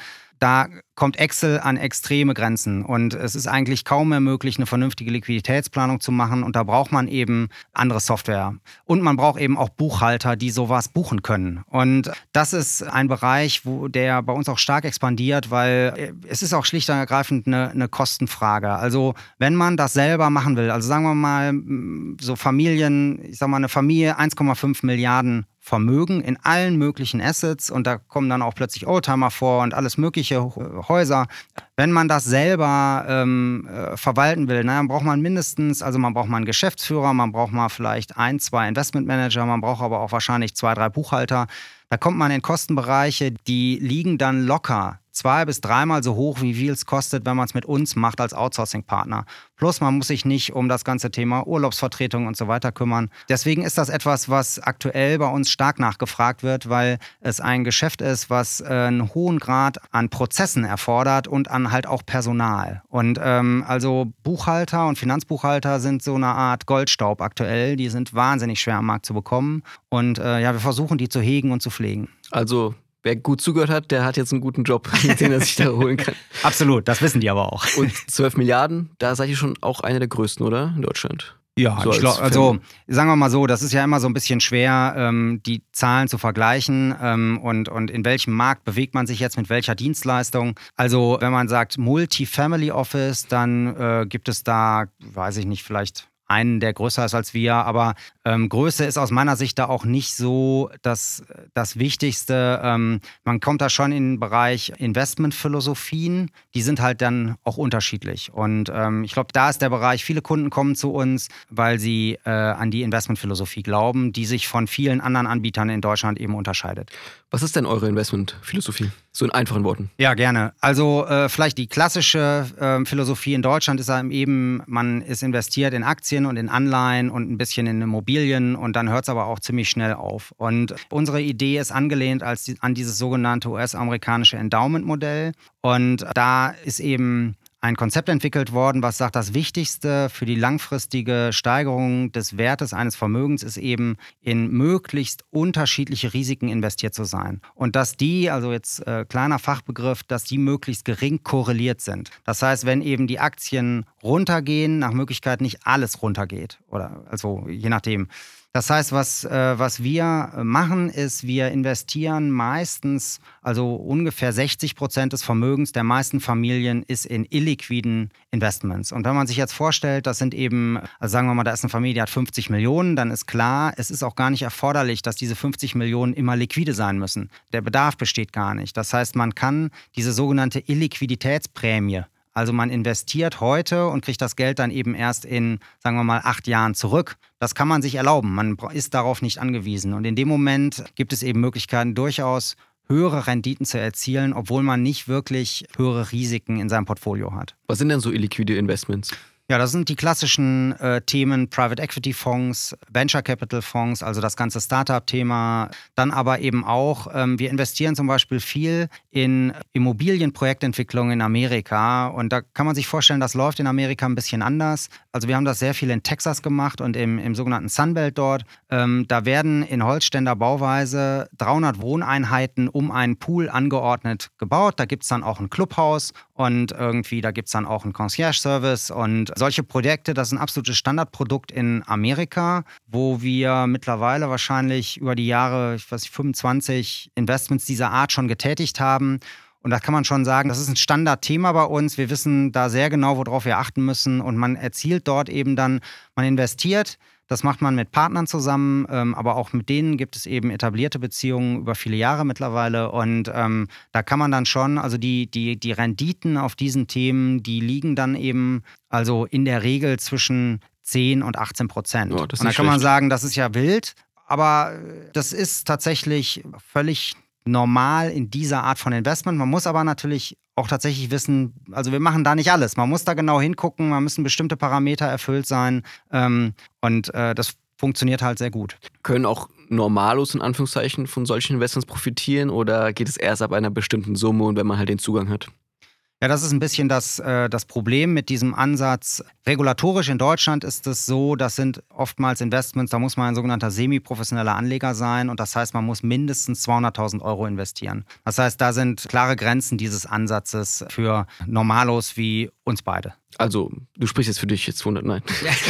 da kommt Excel an extreme Grenzen und es ist eigentlich kaum mehr möglich, eine vernünftige Liquiditätsplanung zu machen und da braucht man eben andere Software. Und man braucht eben auch Buchhalter, die sowas buchen können. Und das ist ein Bereich, wo der bei uns auch stark expandiert, weil es ist auch schlicht und ergreifend eine, eine Kostenfrage. Also wenn man das selber machen will, also sagen wir mal so Familien, ich sag mal eine Familie eins Komma fünf Milliarden Vermögen in allen möglichen Assets und da kommen dann auch plötzlich Oldtimer vor und alles mögliche Häuser. Wenn man das selber ähm, äh, verwalten will, na, dann braucht man mindestens, also man braucht mal einen Geschäftsführer, man braucht mal vielleicht ein, zwei Investmentmanager, man braucht aber auch wahrscheinlich zwei, drei Buchhalter. Da kommt man in Kostenbereiche, die liegen dann locker zwei- bis dreimal so hoch, wie viel es kostet, wenn man es mit uns macht als Outsourcing-Partner. Plus man muss sich nicht um das ganze Thema Urlaubsvertretung und so weiter kümmern. Deswegen ist das etwas, was aktuell bei uns stark nachgefragt wird, weil es ein Geschäft ist, was äh, einen hohen Grad an Prozessen erfordert und an halt auch Personal. Und ähm, also Buchhalter und Finanzbuchhalter sind so eine Art Goldstaub aktuell. Die sind wahnsinnig schwer am Markt zu bekommen. Und äh, ja, wir versuchen, die zu hegen und zu pflegen. Also wer gut zugehört hat, der hat jetzt einen guten Job, den er sich da holen kann. Absolut, das wissen die aber auch. Und zwölf Milliarden, da seid ihr schon auch einer der größten, oder? In Deutschland. Ja, so ich glaube, also sagen wir mal so, das ist ja immer so ein bisschen schwer, ähm, die Zahlen zu vergleichen ähm, und, und in welchem Markt bewegt man sich jetzt mit welcher Dienstleistung. Also wenn man sagt Multi-Family Office, dann äh, gibt es da, weiß ich nicht, vielleicht einen, der größer ist als wir, aber ähm, Größe ist aus meiner Sicht da auch nicht so das, das Wichtigste. Ähm, man kommt da schon in den Bereich Investmentphilosophien, die sind halt dann auch unterschiedlich und ähm, ich glaube, da ist der Bereich, viele Kunden kommen zu uns, weil sie äh, an die Investmentphilosophie glauben, die sich von vielen anderen Anbietern in Deutschland eben unterscheidet. Was ist denn eure Investmentphilosophie? So in einfachen Worten. Ja, gerne. Also äh, vielleicht die klassische äh, Philosophie in Deutschland ist eben, man ist investiert in Aktien und in Anleihen und ein bisschen in Immobilien und dann hört es aber auch ziemlich schnell auf. Und unsere Idee ist angelehnt als die, an dieses sogenannte U S-amerikanische Endowment-Modell und da ist eben ein Konzept entwickelt worden, was sagt, das Wichtigste für die langfristige Steigerung des Wertes eines Vermögens ist eben, in möglichst unterschiedliche Risiken investiert zu sein. Und dass die, also jetzt äh, kleiner Fachbegriff, dass die möglichst gering korreliert sind. Das heißt, wenn eben die Aktien runtergehen, nach Möglichkeit nicht alles runtergeht. Oder also je nachdem. Das heißt, was, äh, was wir machen, ist, wir investieren meistens, also ungefähr sechzig Prozent des Vermögens der meisten Familien ist in illiquiden Investments. Und wenn man sich jetzt vorstellt, das sind eben, also sagen wir mal, da ist eine Familie, die hat fünfzig Millionen, dann ist klar, es ist auch gar nicht erforderlich, dass diese fünfzig Millionen immer liquide sein müssen. Der Bedarf besteht gar nicht. Das heißt, man kann diese sogenannte Illiquiditätsprämie, also man investiert heute und kriegt das Geld dann eben erst in, sagen wir mal, acht Jahren zurück. Das kann man sich erlauben. Man ist darauf nicht angewiesen. Und in dem Moment gibt es eben Möglichkeiten, durchaus höhere Renditen zu erzielen, obwohl man nicht wirklich höhere Risiken in seinem Portfolio hat. Was sind denn so illiquide Investments? Ja, das sind die klassischen äh, Themen Private Equity Fonds, Venture Capital Fonds, also das ganze Startup-Thema. Dann aber eben auch, ähm, wir investieren zum Beispiel viel in Immobilienprojektentwicklung in Amerika. Und da kann man sich vorstellen, das läuft in Amerika ein bisschen anders. Also wir haben das sehr viel in Texas gemacht und im, im sogenannten Sunbelt dort. Ähm, da werden in Holzständer Bauweise dreihundert Wohneinheiten um einen Pool angeordnet gebaut. Da gibt es dann auch ein Clubhaus und irgendwie, da gibt es dann auch einen Concierge-Service und solche Projekte, das ist ein absolutes Standardprodukt in Amerika, wo wir mittlerweile wahrscheinlich über die Jahre, ich weiß nicht, fünfundzwanzig Investments dieser Art schon getätigt haben. Und da kann man schon sagen, das ist ein Standardthema bei uns. Wir wissen da sehr genau, worauf wir achten müssen. Und man erzielt dort eben dann, man investiert. Das macht man mit Partnern zusammen, ähm, aber auch mit denen gibt es eben etablierte Beziehungen über viele Jahre mittlerweile. Und ähm, da kann man dann schon, also die, die, die Renditen auf diesen Themen, die liegen dann eben also in der Regel zwischen zehn und achtzehn Prozent. Oh, und da kann man sagen, das ist ja wild, aber das ist tatsächlich völlig normal in dieser Art von Investment. Man muss aber natürlich auch tatsächlich wissen, also wir machen da nicht alles. Man muss da genau hingucken, man müssen bestimmte Parameter erfüllt sein ähm, und äh, das funktioniert halt sehr gut. Können auch Normalos in Anführungszeichen von solchen Investments profitieren oder geht es erst ab einer bestimmten Summe und wenn man halt den Zugang hat? Ja, das ist ein bisschen das, äh, das Problem mit diesem Ansatz. Regulatorisch in Deutschland ist es so, das sind oftmals Investments, da muss man ein sogenannter semi-professioneller Anleger sein und das heißt, man muss mindestens zweihunderttausend Euro investieren. Das heißt, da sind klare Grenzen dieses Ansatzes für Normalos wie uns beide. Also, du sprichst jetzt für dich jetzt hundert, nein.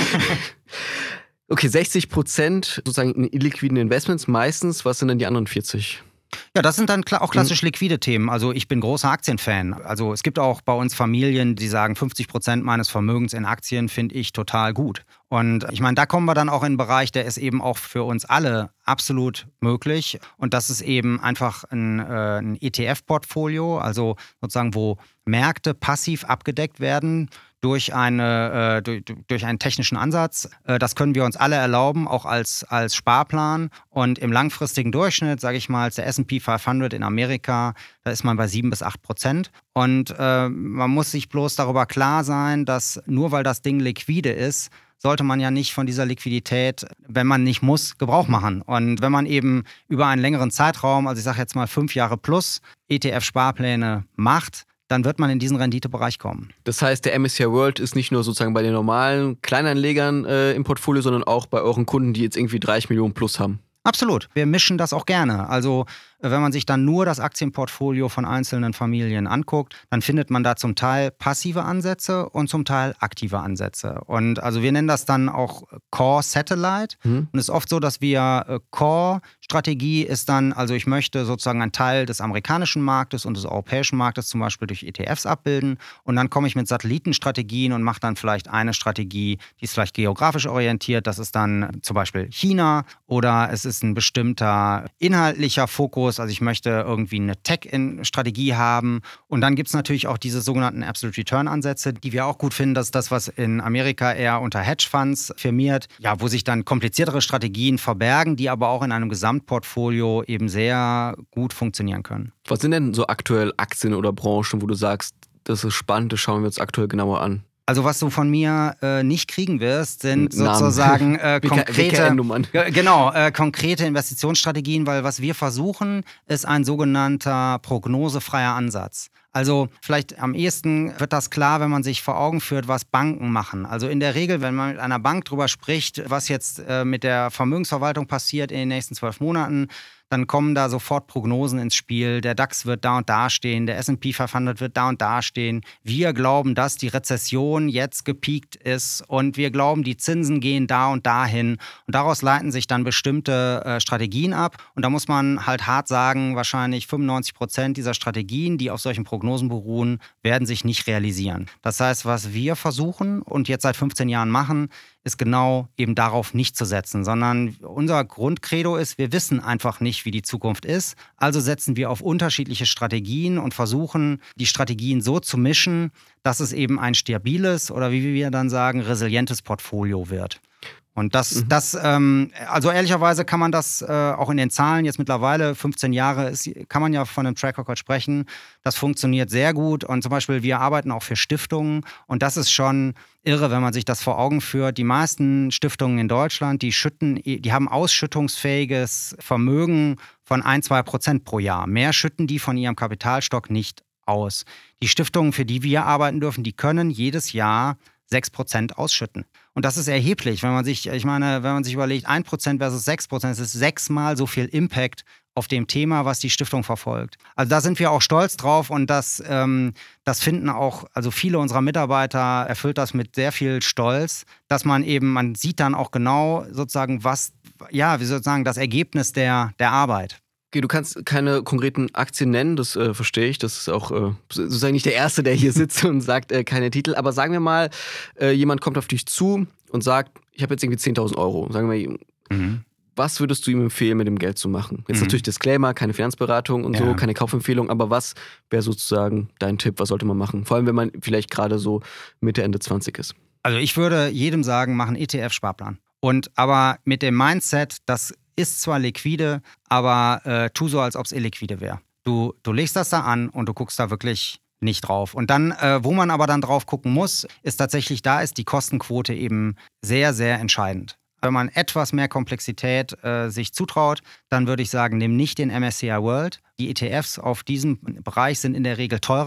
Okay, sechzig Prozent sozusagen in illiquiden Investments meistens. Was sind denn die anderen vierzig? Ja, das sind dann auch klassisch liquide Themen. Also ich bin großer Aktienfan. Also es gibt auch bei uns Familien, die sagen, fünfzig Prozent meines Vermögens in Aktien finde ich total gut. Und ich meine, da kommen wir dann auch in einen Bereich, der ist eben auch für uns alle absolut möglich. Und das ist eben einfach ein, äh, ein E T F-Portfolio, also sozusagen, wo Märkte passiv abgedeckt werden durch, eine, äh, durch, durch einen technischen Ansatz. Äh, das können wir uns alle erlauben, auch als, als Sparplan. Und im langfristigen Durchschnitt, sage ich mal, der S und P fünfhundert in Amerika, da ist man bei sieben bis acht Prozent. Und äh, man muss sich bloß darüber klar sein, dass nur weil das Ding liquide ist, sollte man ja nicht von dieser Liquidität, wenn man nicht muss, Gebrauch machen. Und wenn man eben über einen längeren Zeitraum, also ich sage jetzt mal fünf Jahre plus, E T F-Sparpläne macht, dann wird man in diesen Renditebereich kommen. Das heißt, der M S C I World ist nicht nur sozusagen bei den normalen Kleinanlegern äh, im Portfolio, sondern auch bei euren Kunden, die jetzt irgendwie dreißig Millionen plus haben. Absolut. Wir mischen das auch gerne. Also wenn man sich dann nur das Aktienportfolio von einzelnen Familien anguckt, dann findet man da zum Teil passive Ansätze und zum Teil aktive Ansätze. Und also wir nennen das dann auch Core Satellite. Mhm. Und es ist oft so, dass wir äh, Core-Strategie ist dann, also ich möchte sozusagen einen Teil des amerikanischen Marktes und des europäischen Marktes zum Beispiel durch E T Fs abbilden. Und dann komme ich mit Satellitenstrategien und mache dann vielleicht eine Strategie, die ist vielleicht geografisch orientiert. Das ist dann zum Beispiel China oder es ist ein bestimmter inhaltlicher Fokus. Also ich möchte irgendwie eine Tech-Strategie haben. Und dann gibt es natürlich auch diese sogenannten Absolute Return-Ansätze, die wir auch gut finden. Das ist das, was in Amerika eher unter Hedgefonds firmiert. Ja, wo sich dann kompliziertere Strategien verbergen, die aber auch in einem Gesamtportfolio eben sehr gut funktionieren können. Was sind denn so aktuell Aktien oder Branchen, wo du sagst, das ist spannend, das schauen wir uns aktuell genauer an? Also was du von mir äh, nicht kriegen wirst, sind sozusagen äh, konkrete, äh, genau, äh, konkrete Investitionsstrategien, weil was wir versuchen, ist ein sogenannter prognosefreier Ansatz. Also vielleicht am ehesten wird das klar, wenn man sich vor Augen führt, was Banken machen. Also in der Regel, wenn man mit einer Bank drüber spricht, was jetzt äh, mit der Vermögensverwaltung passiert in den nächsten zwölf Monaten, dann kommen da sofort Prognosen ins Spiel. Der DAX wird da und da stehen, der S und P fünfhundert wird da und da stehen. Wir glauben, dass die Rezession jetzt gepiekt ist und wir glauben, die Zinsen gehen da und dahin. Und daraus leiten sich dann bestimmte äh, Strategien ab. Und da muss man halt hart sagen, wahrscheinlich fünfundneunzig Prozent dieser Strategien, die auf solchen Prognosen beruhen, werden sich nicht realisieren. Das heißt, was wir versuchen und jetzt seit fünfzehn Jahren machen, ist genau eben darauf nicht zu setzen, sondern unser Grundcredo ist, wir wissen einfach nicht, wie die Zukunft ist. Also setzen wir auf unterschiedliche Strategien und versuchen, die Strategien so zu mischen, dass es eben ein stabiles oder wie wir dann sagen, resilientes Portfolio wird. Und das, mhm. das ähm, also ehrlicherweise kann man das äh, auch in den Zahlen jetzt mittlerweile, fünfzehn Jahre, ist, kann man ja von einem Track Record sprechen. Das funktioniert sehr gut und zum Beispiel wir arbeiten auch für Stiftungen und das ist schon irre, wenn man sich das vor Augen führt. Die meisten Stiftungen in Deutschland, die schütten, die haben ausschüttungsfähiges Vermögen von ein, zwei Prozent pro Jahr. Mehr schütten die von ihrem Kapitalstock nicht aus. Die Stiftungen, für die wir arbeiten dürfen, die können jedes Jahr sechs Prozent ausschütten. Und das ist erheblich, wenn man sich, ich meine, wenn man sich überlegt, ein Prozent versus sechs Prozent, es ist sechsmal so viel Impact auf dem Thema, was die Stiftung verfolgt. Also da sind wir auch stolz drauf und das, ähm, das finden auch, also viele unserer Mitarbeiter erfüllt das mit sehr viel Stolz, dass man eben, man sieht dann auch genau sozusagen, was, ja, wie sozusagen das Ergebnis der, der Arbeit. Okay, du kannst keine konkreten Aktien nennen, das äh, verstehe ich. Das ist auch äh, sozusagen nicht der Erste, der hier sitzt und sagt äh, keine Titel. Aber sagen wir mal, äh, jemand kommt auf dich zu und sagt, ich habe jetzt irgendwie zehntausend Euro. Sagen wir, mhm. was würdest du ihm empfehlen, mit dem Geld zu machen? Jetzt mhm. natürlich Disclaimer, keine Finanzberatung und ja. so, keine Kaufempfehlung. Aber was wäre sozusagen dein Tipp? Was sollte man machen? Vor allem, wenn man vielleicht gerade so Mitte, Ende zwanzig ist. Also ich würde jedem sagen, mach einen E T F-Sparplan. Und aber mit dem Mindset, dass ist zwar liquide, aber äh, tu so, als ob es illiquide wäre. Du, du legst das da an und du guckst da wirklich nicht drauf. Und dann, äh, wo man aber dann drauf gucken muss, ist tatsächlich, da ist die Kostenquote eben sehr, sehr entscheidend. Wenn man etwas mehr Komplexität äh, sich zutraut, dann würde ich sagen, nimm nicht den M S C I World. Die E T Fs auf diesem Bereich sind in der Regel teurer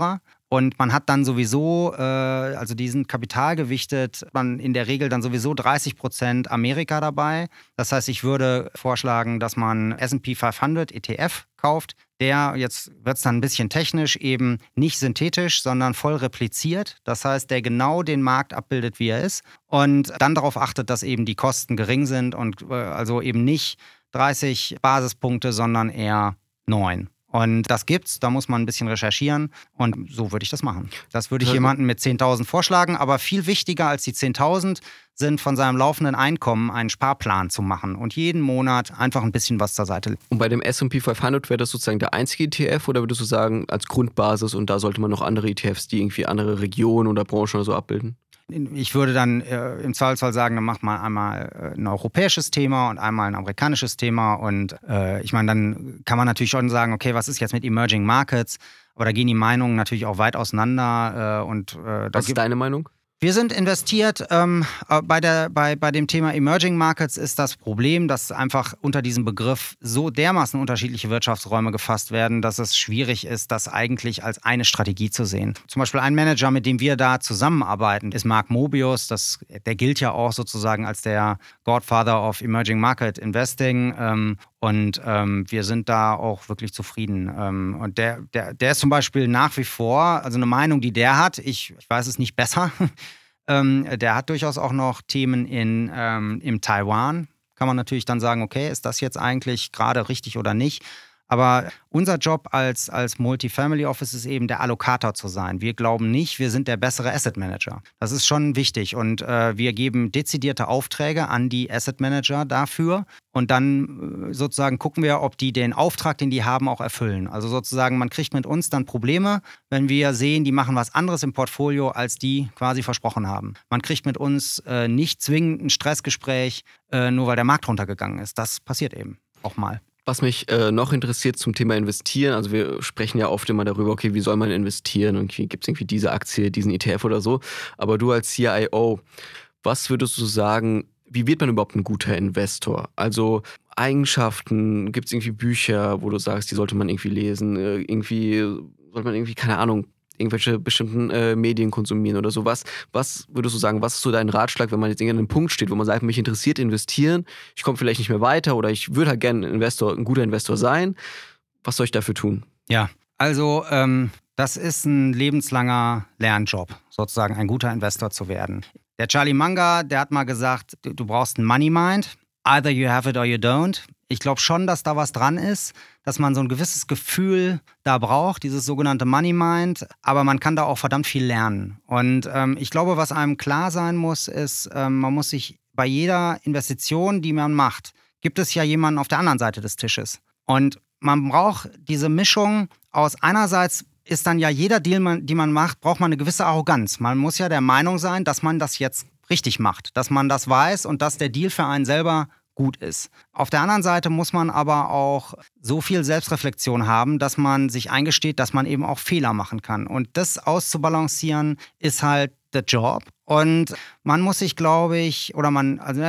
Und man hat dann sowieso, äh, also die sind kapitalgewichtet, man in der Regel dann sowieso dreißig Prozent Amerika dabei. Das heißt, ich würde vorschlagen, dass man S and P fünfhundert E T F kauft. Der, jetzt wird es dann ein bisschen technisch, eben nicht synthetisch, sondern voll repliziert. Das heißt, der genau den Markt abbildet, wie er ist. Und dann darauf achtet, dass eben die Kosten gering sind und äh, also eben nicht dreißig Basispunkte, sondern eher neun. Und das gibt's, da muss man ein bisschen recherchieren und so würde ich das machen. Das würde ich jemandem mit zehntausend vorschlagen, aber viel wichtiger als die zehntausend sind, von seinem laufenden Einkommen einen Sparplan zu machen und jeden Monat einfach ein bisschen was zur Seite legen. Und bei dem S and P fünfhundert wäre das sozusagen der einzige E T F oder würdest du sagen als Grundbasis und da sollte man noch andere E T Fs, die irgendwie andere Regionen oder Branchen oder so abbilden? Ich würde dann äh, im Zweifelsfall sagen, dann macht man einmal äh, ein europäisches Thema und einmal ein amerikanisches Thema. Und äh, ich meine, dann kann man natürlich schon sagen, okay, was ist jetzt mit Emerging Markets? Aber da gehen die Meinungen natürlich auch weit auseinander. Äh, und, äh, da was ist deine Meinung? Wir sind investiert. Ähm, bei, der, bei, bei dem Thema Emerging Markets ist das Problem, dass einfach unter diesem Begriff so dermaßen unterschiedliche Wirtschaftsräume gefasst werden, dass es schwierig ist, das eigentlich als eine Strategie zu sehen. Zum Beispiel ein Manager, mit dem wir da zusammenarbeiten, ist Mark Mobius. Das, der gilt ja auch sozusagen als der Godfather of Emerging Market Investing. Ähm, Und ähm, wir sind da auch wirklich zufrieden. Ähm, und der, der, der ist zum Beispiel nach wie vor, also eine Meinung, die der hat, ich, ich weiß es nicht besser, ähm, der hat durchaus auch noch Themen in, ähm, im Taiwan. Kann man natürlich dann sagen, okay, ist das jetzt eigentlich gerade richtig oder nicht? Aber unser Job als, als Multifamily Office ist eben der Allokator zu sein. Wir glauben nicht, wir sind der bessere Asset Manager. Das ist schon wichtig und äh, wir geben dezidierte Aufträge an die Asset Manager dafür und dann äh, sozusagen gucken wir, ob die den Auftrag, den die haben, auch erfüllen. Also sozusagen, man kriegt mit uns dann Probleme, wenn wir sehen, die machen was anderes im Portfolio, als die quasi versprochen haben. Man kriegt mit uns äh, nicht zwingend ein Stressgespräch, äh, nur weil der Markt runtergegangen ist. Das passiert eben auch mal. Was mich äh, noch interessiert zum Thema Investieren, also wir sprechen ja oft immer darüber, okay, wie soll man investieren und gibt es irgendwie diese Aktie, diesen E T F oder so, aber du als C I O, was würdest du sagen, wie wird man überhaupt ein guter Investor? Also Eigenschaften, gibt es irgendwie Bücher, wo du sagst, die sollte man irgendwie lesen, äh, irgendwie sollte man irgendwie, keine Ahnung, irgendwelche bestimmten äh, Medien konsumieren oder sowas. Was würdest du sagen, was ist so dein Ratschlag, wenn man jetzt an einem Punkt steht, wo man sagt, mich interessiert investieren, ich komme vielleicht nicht mehr weiter oder ich würde halt gerne ein Investor, ein guter Investor sein. Was soll ich dafür tun? Ja, also ähm, das ist ein lebenslanger Lernjob, sozusagen ein guter Investor zu werden. Der Charlie Munger, der hat mal gesagt, du, du brauchst ein Money Mind. Either you have it or you don't. Ich glaube schon, dass da was dran ist, dass man so ein gewisses Gefühl da braucht, dieses sogenannte Money Mind. Aber man kann da auch verdammt viel lernen. Und ähm, ich glaube, was einem klar sein muss, ist, ähm, man muss sich bei jeder Investition, die man macht, gibt es ja jemanden auf der anderen Seite des Tisches. Und man braucht diese Mischung aus einerseits ist dann ja jeder Deal, man, die man macht, braucht man eine gewisse Arroganz. Man muss ja der Meinung sein, dass man das jetzt richtig macht, dass man das weiß und dass der Deal für einen selber gut ist. Auf der anderen Seite muss man aber auch so viel Selbstreflexion haben, dass man sich eingesteht, dass man eben auch Fehler machen kann. Und das auszubalancieren ist halt der Job. Und man muss sich, glaube ich, oder man, also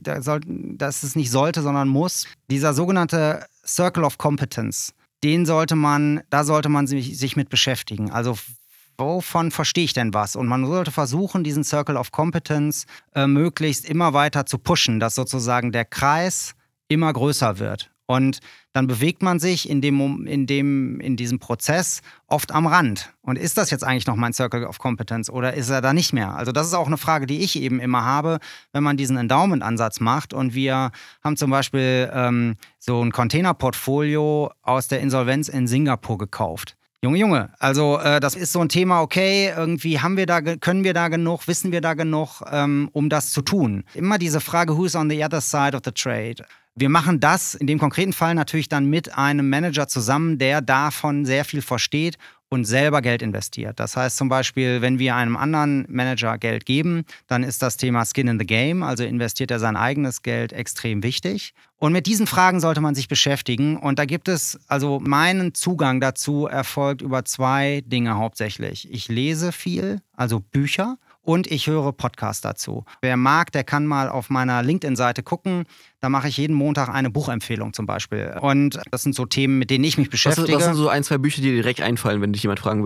das ist nicht sollte, sondern muss, dieser sogenannte Circle of Competence, den sollte man, da sollte man sich, sich mit beschäftigen. Also wovon verstehe ich denn was? Und man sollte versuchen, diesen Circle of Competence äh, möglichst immer weiter zu pushen, dass sozusagen der Kreis immer größer wird. Und dann bewegt man sich in dem, in dem, in diesem Prozess oft am Rand. Und ist das jetzt eigentlich noch mein Circle of Competence oder ist er da nicht mehr? Also das ist auch eine Frage, die ich eben immer habe, wenn man diesen Endowment-Ansatz macht. Und wir haben zum Beispiel ähm, so ein Containerportfolio aus der Insolvenz in Singapur gekauft. Junge, Junge, also äh, das ist so ein Thema, okay, irgendwie haben wir da, können wir da genug, wissen wir da genug, ähm, um das zu tun. Immer diese Frage, who's on the other side of the trade? Wir machen das in dem konkreten Fall natürlich dann mit einem Manager zusammen, der davon sehr viel versteht und selber Geld investiert. Das heißt zum Beispiel, wenn wir einem anderen Manager Geld geben, dann ist das Thema Skin in the Game, also investiert er sein eigenes Geld, extrem wichtig. Und mit diesen Fragen sollte man sich beschäftigen. Und da gibt es, also meinen Zugang dazu erfolgt über zwei Dinge hauptsächlich. Ich lese viel, also Bücher. Und ich höre Podcasts dazu. Wer mag, der kann mal auf meiner LinkedIn-Seite gucken. Da mache ich jeden Montag eine Buchempfehlung zum Beispiel. Und das sind so Themen, mit denen ich mich beschäftige. Was, was sind so ein, zwei Bücher, die dir direkt einfallen, wenn dich jemand fragen würde?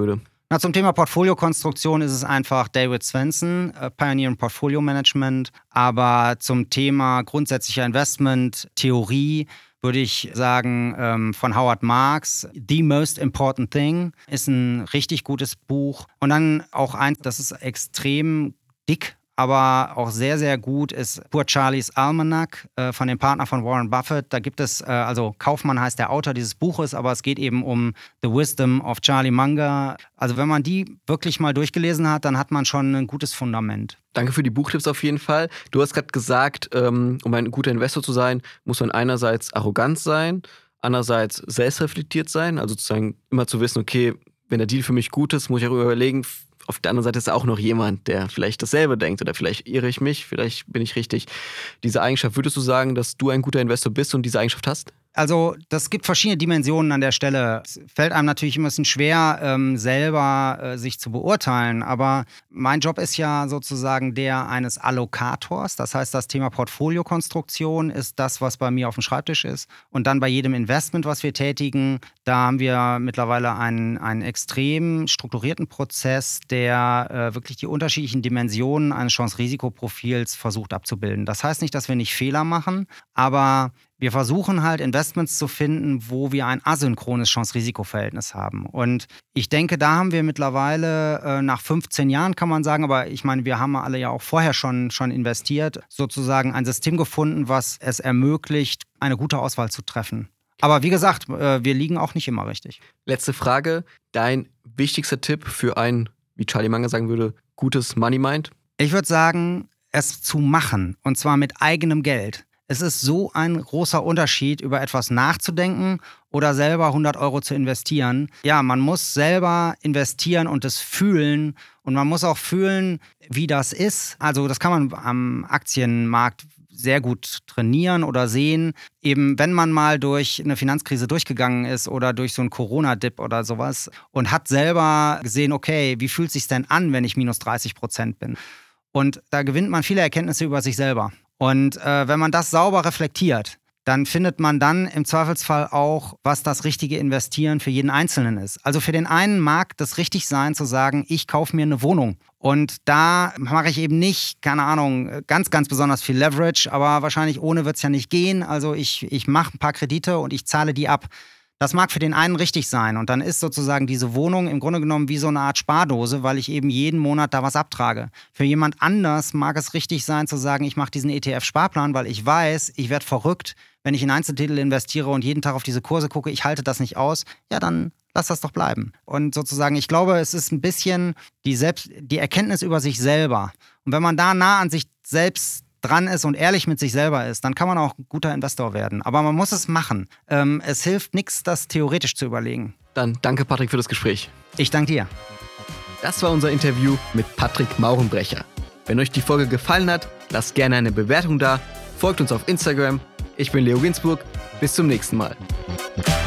Na, zum Thema Portfoliokonstruktion ist es einfach David Swensen, äh, Pioneer in Portfolio Management. Aber zum Thema grundsätzlicher Investment-Theorie würde ich sagen, ähm, von Howard Marks, The Most Important Thing, ist ein richtig gutes Buch. Und dann auch eins, das ist extrem dick, aber auch sehr, sehr gut, ist Poor Charlie's Almanac äh, von dem Partner von Warren Buffett. Da gibt es, äh, also Kaufmann heißt der Autor dieses Buches, aber es geht eben um The Wisdom of Charlie Munger. Also wenn man die wirklich mal durchgelesen hat, dann hat man schon ein gutes Fundament. Danke für die Buchtipps auf jeden Fall. Du hast gerade gesagt, ähm, um ein guter Investor zu sein, muss man einerseits arrogant sein, andererseits selbstreflektiert sein, also sozusagen immer zu wissen, okay, wenn der Deal für mich gut ist, muss ich auch überlegen, auf der anderen Seite ist auch noch jemand, der vielleicht dasselbe denkt oder vielleicht irre ich mich, vielleicht bin ich richtig. Diese Eigenschaft, würdest du sagen, dass du ein guter Investor bist und diese Eigenschaft hast? Also das gibt verschiedene Dimensionen an der Stelle. Es fällt einem natürlich immer ein bisschen schwer, ähm, selber äh, sich zu beurteilen. Aber mein Job ist ja sozusagen der eines Allokators. Das heißt, das Thema Portfoliokonstruktion ist das, was bei mir auf dem Schreibtisch ist. Und dann bei jedem Investment, was wir tätigen, da haben wir mittlerweile einen, einen extrem strukturierten Prozess, der äh, wirklich die unterschiedlichen Dimensionen eines Chance-Risiko-Profils versucht abzubilden. Das heißt nicht, dass wir nicht Fehler machen, aber wir versuchen halt Investments zu finden, wo wir ein asynchrones Chance-Risiko-Verhältnis haben. Und ich denke, da haben wir mittlerweile äh, nach fünfzehn Jahren, kann man sagen, aber ich meine, wir haben alle ja auch vorher schon, schon investiert, sozusagen ein System gefunden, was es ermöglicht, eine gute Auswahl zu treffen. Aber wie gesagt, äh, wir liegen auch nicht immer richtig. Letzte Frage, dein wichtigster Tipp für ein, wie Charlie Munger sagen würde, gutes Money Mind? Ich würde sagen, es zu machen, und zwar mit eigenem Geld. Es ist so ein großer Unterschied, über etwas nachzudenken oder selber hundert Euro zu investieren. Ja, man muss selber investieren und es fühlen. Und man muss auch fühlen, wie das ist. Also das kann man am Aktienmarkt sehr gut trainieren oder sehen. Eben wenn man mal durch eine Finanzkrise durchgegangen ist oder durch so einen Corona-Dip oder sowas und hat selber gesehen, okay, wie fühlt es sich denn an, wenn ich minus dreißig Prozent bin? Und da gewinnt man viele Erkenntnisse über sich selber. Und äh, wenn man das sauber reflektiert, dann findet man dann im Zweifelsfall auch, was das richtige Investieren für jeden Einzelnen ist. Also für den einen mag das richtig sein, zu sagen, ich kaufe mir eine Wohnung. Und da mache ich eben nicht, keine Ahnung, ganz, ganz besonders viel Leverage, aber wahrscheinlich ohne wird es ja nicht gehen. Also ich, ich mache ein paar Kredite und ich zahle die ab. Das mag für den einen richtig sein und dann ist sozusagen diese Wohnung im Grunde genommen wie so eine Art Spardose, weil ich eben jeden Monat da was abtrage. Für jemand anders mag es richtig sein zu sagen, ich mache diesen E T F-Sparplan, weil ich weiß, ich werde verrückt, wenn ich in Einzeltitel investiere und jeden Tag auf diese Kurse gucke, ich halte das nicht aus, ja dann lass das doch bleiben. Und sozusagen, ich glaube, es ist ein bisschen die, Selbst- die Erkenntnis über sich selber. Und wenn man da nah an sich selbst dran ist und ehrlich mit sich selber ist, dann kann man auch ein guter Investor werden. Aber man muss es machen. Ähm, es hilft nichts, das theoretisch zu überlegen. Dann danke, Patrick, für das Gespräch. Ich danke dir. Das war unser Interview mit Patrick Maurenbrecher. Wenn euch die Folge gefallen hat, lasst gerne eine Bewertung da, folgt uns auf Instagram. Ich bin Leo Ginsburg. Bis zum nächsten Mal.